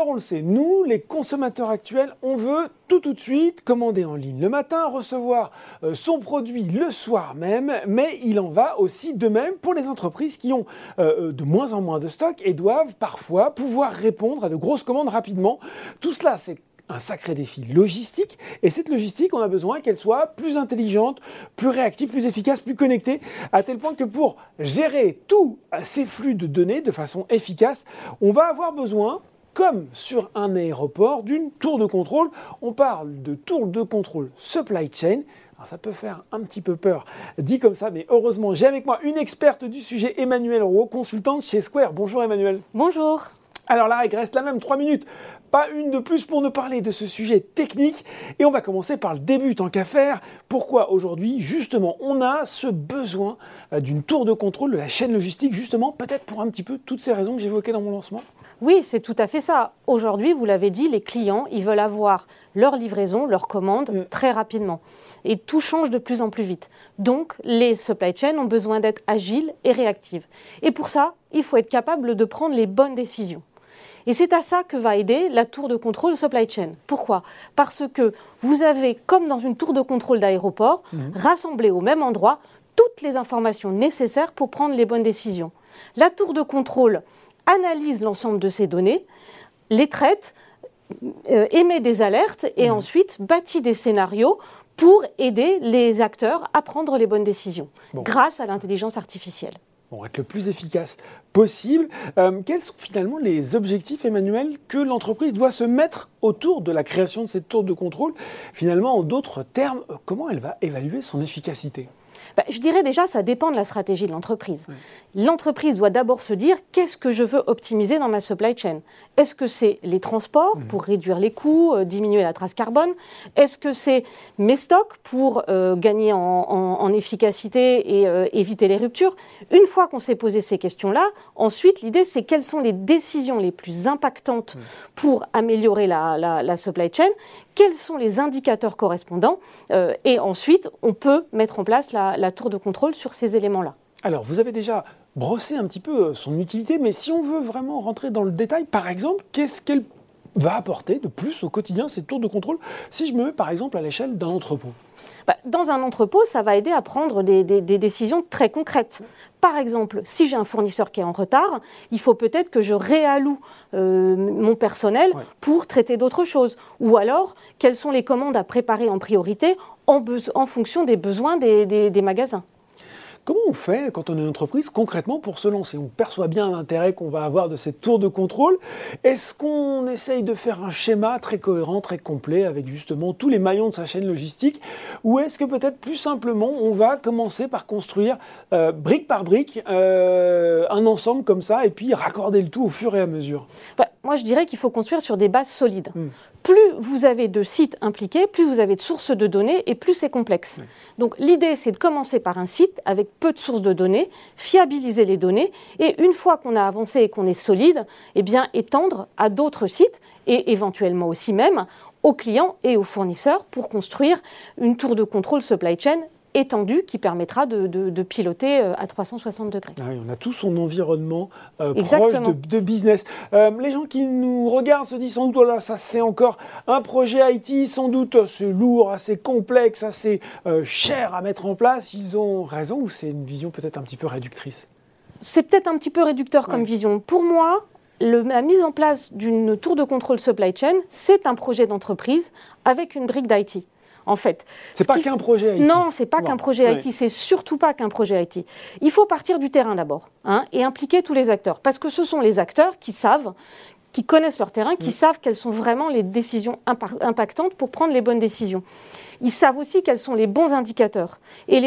on le sait, nous, les consommateurs actuels, on veut tout de suite commander en ligne le matin, recevoir son produit le soir même, mais il en va aussi de même pour les entreprises qui ont de moins en moins de stock et doivent parfois pouvoir répondre à de grosses commandes rapidement. Tout cela, c'est un sacré défi logistique, et cette logistique, on a besoin qu'elle soit plus intelligente, plus réactive, plus efficace, plus connectée, à tel point que pour gérer tous ces flux de données de façon efficace, on va avoir besoin, comme sur un aéroport, d'une tour de contrôle. On parle de tour de contrôle supply chain. Alors ça peut faire un petit peu peur dit comme ça, mais heureusement, j'ai avec moi une experte du sujet, Emmanuelle Rouault, consultante chez Square. Bonjour Emmanuelle. Bonjour. Alors la règle reste la même, 3 minutes, pas une de plus pour nous parler de ce sujet technique. Et on va commencer par le début, tant qu'à faire. Pourquoi aujourd'hui, justement, on a ce besoin d'une tour de contrôle de la chaîne logistique, justement, peut-être pour un petit peu toutes ces raisons que j'évoquais dans mon lancement? Oui, c'est tout à fait ça. Aujourd'hui, vous l'avez dit, les clients, ils veulent avoir leur livraison, leur commande très rapidement. Et tout change de plus en plus vite. Donc, les supply chains ont besoin d'être agiles et réactives. Et pour ça, il faut être capable de prendre les bonnes décisions. Et c'est à ça que va aider la tour de contrôle supply chain. Pourquoi ? Parce que vous avez, comme dans une tour de contrôle d'aéroport, rassemblé au même endroit toutes les informations nécessaires pour prendre les bonnes décisions. La tour de contrôle analyse l'ensemble de ces données, les traite, émet des alertes et ensuite bâtit des scénarios pour aider les acteurs à prendre les bonnes décisions grâce à l'intelligence artificielle. Pour être le plus efficace possible. Quels sont finalement les objectifs, Emmanuelle, que l'entreprise doit se mettre autour de la création de cette tour de contrôle? Finalement, en d'autres termes, comment elle va évaluer son efficacité? Je dirais déjà, ça dépend de la stratégie de l'entreprise. L'entreprise doit d'abord se dire, qu'est-ce que je veux optimiser dans ma supply chain? Est-ce que c'est les transports pour réduire les coûts, diminuer la trace carbone? Est-ce que c'est mes stocks pour gagner en efficacité et éviter les ruptures? Une fois qu'on s'est posé ces questions-là, ensuite, l'idée, c'est quelles sont les décisions les plus impactantes pour améliorer la supply chain? Quels sont les indicateurs correspondants? Et ensuite, on peut mettre en place la tour de contrôle sur ces éléments-là. Alors, vous avez déjà brossé un petit peu son utilité, mais si on veut vraiment rentrer dans le détail, par exemple, qu'est-ce qu'elle va apporter de plus au quotidien, cette tour de contrôle, si je me mets par exemple à l'échelle d'un entrepôt? Dans un entrepôt, ça va aider à prendre des décisions très concrètes. Par exemple, si j'ai un fournisseur qui est en retard, il faut peut-être que je réalloue mon personnel pour traiter d'autres choses. Ou alors, quelles sont les commandes à préparer en priorité en fonction des besoins des magasins. Comment on fait quand on est une entreprise concrètement pour se lancer? On perçoit bien l'intérêt qu'on va avoir de cette tour de contrôle. Est-ce qu'on essaye de faire un schéma très cohérent, très complet avec justement tous les maillons de sa chaîne logistique? Ou est-ce que peut-être plus simplement on va commencer par construire brique par brique un ensemble comme ça et puis raccorder le tout au fur et à mesure? Moi je dirais qu'il faut construire sur des bases solides. Plus vous avez de sites impliqués, plus vous avez de sources de données et plus c'est complexe. Donc l'idée, c'est de commencer par un site avec peu de sources de données, fiabiliser les données et une fois qu'on a avancé et qu'on est solide, eh bien étendre à d'autres sites et éventuellement aussi même aux clients et aux fournisseurs pour construire une tour de contrôle supply chain étendue qui permettra de piloter à 360 degrés. Ah oui, on a tout son environnement proche de business. Les gens qui nous regardent se disent sans doute, oh là, ça c'est encore un projet IT, sans doute c'est lourd, assez complexe, assez cher à mettre en place. Ils ont raison ou c'est une vision peut-être un petit peu réductrice? C'est peut-être un petit peu réducteur comme vision. Pour moi, la mise en place d'une tour de contrôle supply chain, c'est un projet d'entreprise avec une brique d'IT. En fait, c'est pas qu'un projet IT. Non, c'est pas qu'un projet IT, c'est surtout pas qu'un projet IT. Il faut partir du terrain d'abord et impliquer tous les acteurs. Parce que ce sont les acteurs qui savent, qui connaissent leur terrain, qui savent quelles sont vraiment les décisions impactantes pour prendre les bonnes décisions. Ils savent aussi quels sont les bons indicateurs.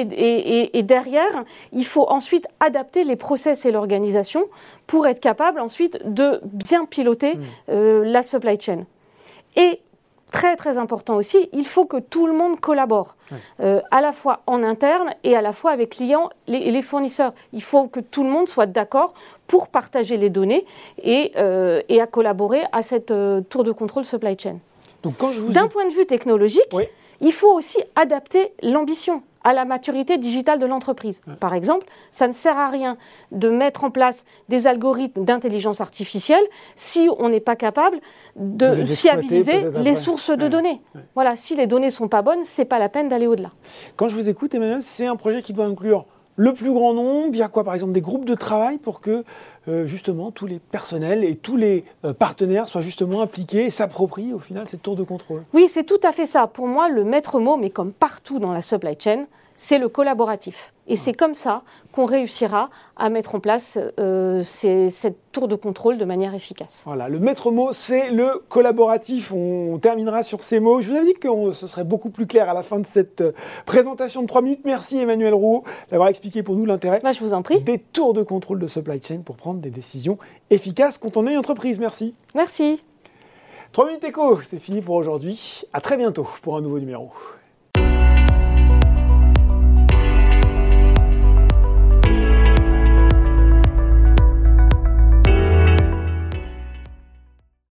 Et derrière, il faut ensuite adapter les process et l'organisation pour être capable ensuite de bien piloter la supply chain. Et très très important aussi, il faut que tout le monde collabore, à la fois en interne et à la fois avec clients et les fournisseurs. Il faut que tout le monde soit d'accord pour partager les données et à collaborer à cette tour de contrôle supply chain. Donc, d'un point de vue technologique, il faut aussi adapter l'ambition. à la maturité digitale de l'entreprise. Par exemple, ça ne sert à rien de mettre en place des algorithmes d'intelligence artificielle si on n'est pas capable de fiabiliser les sources de données. Voilà, si les données ne sont pas bonnes, ce n'est pas la peine d'aller au-delà. Quand je vous écoute, Emmanuel, c'est un projet qui doit inclure le plus grand nombre, il y a quoi par exemple des groupes de travail pour que justement tous les personnels et tous les partenaires soient justement impliqués et s'approprient au final cette tour de contrôle. Oui, c'est tout à fait ça. Pour moi, le maître mot, mais comme partout dans la supply chain, c'est le collaboratif. Et c'est comme ça qu'on réussira à mettre en place cette tour de contrôle de manière efficace. Voilà, le maître mot, c'est le collaboratif. On terminera sur ces mots. Je vous avais dit que ce serait beaucoup plus clair à la fin de cette présentation de 3 minutes. Merci Emmanuel Rouault d'avoir expliqué pour nous l'intérêt je vous en prie. Des tours de contrôle de supply chain pour prendre des décisions efficaces quand on est une entreprise. Merci. Merci. 3 minutes éco, c'est fini pour aujourd'hui. À très bientôt pour un nouveau numéro.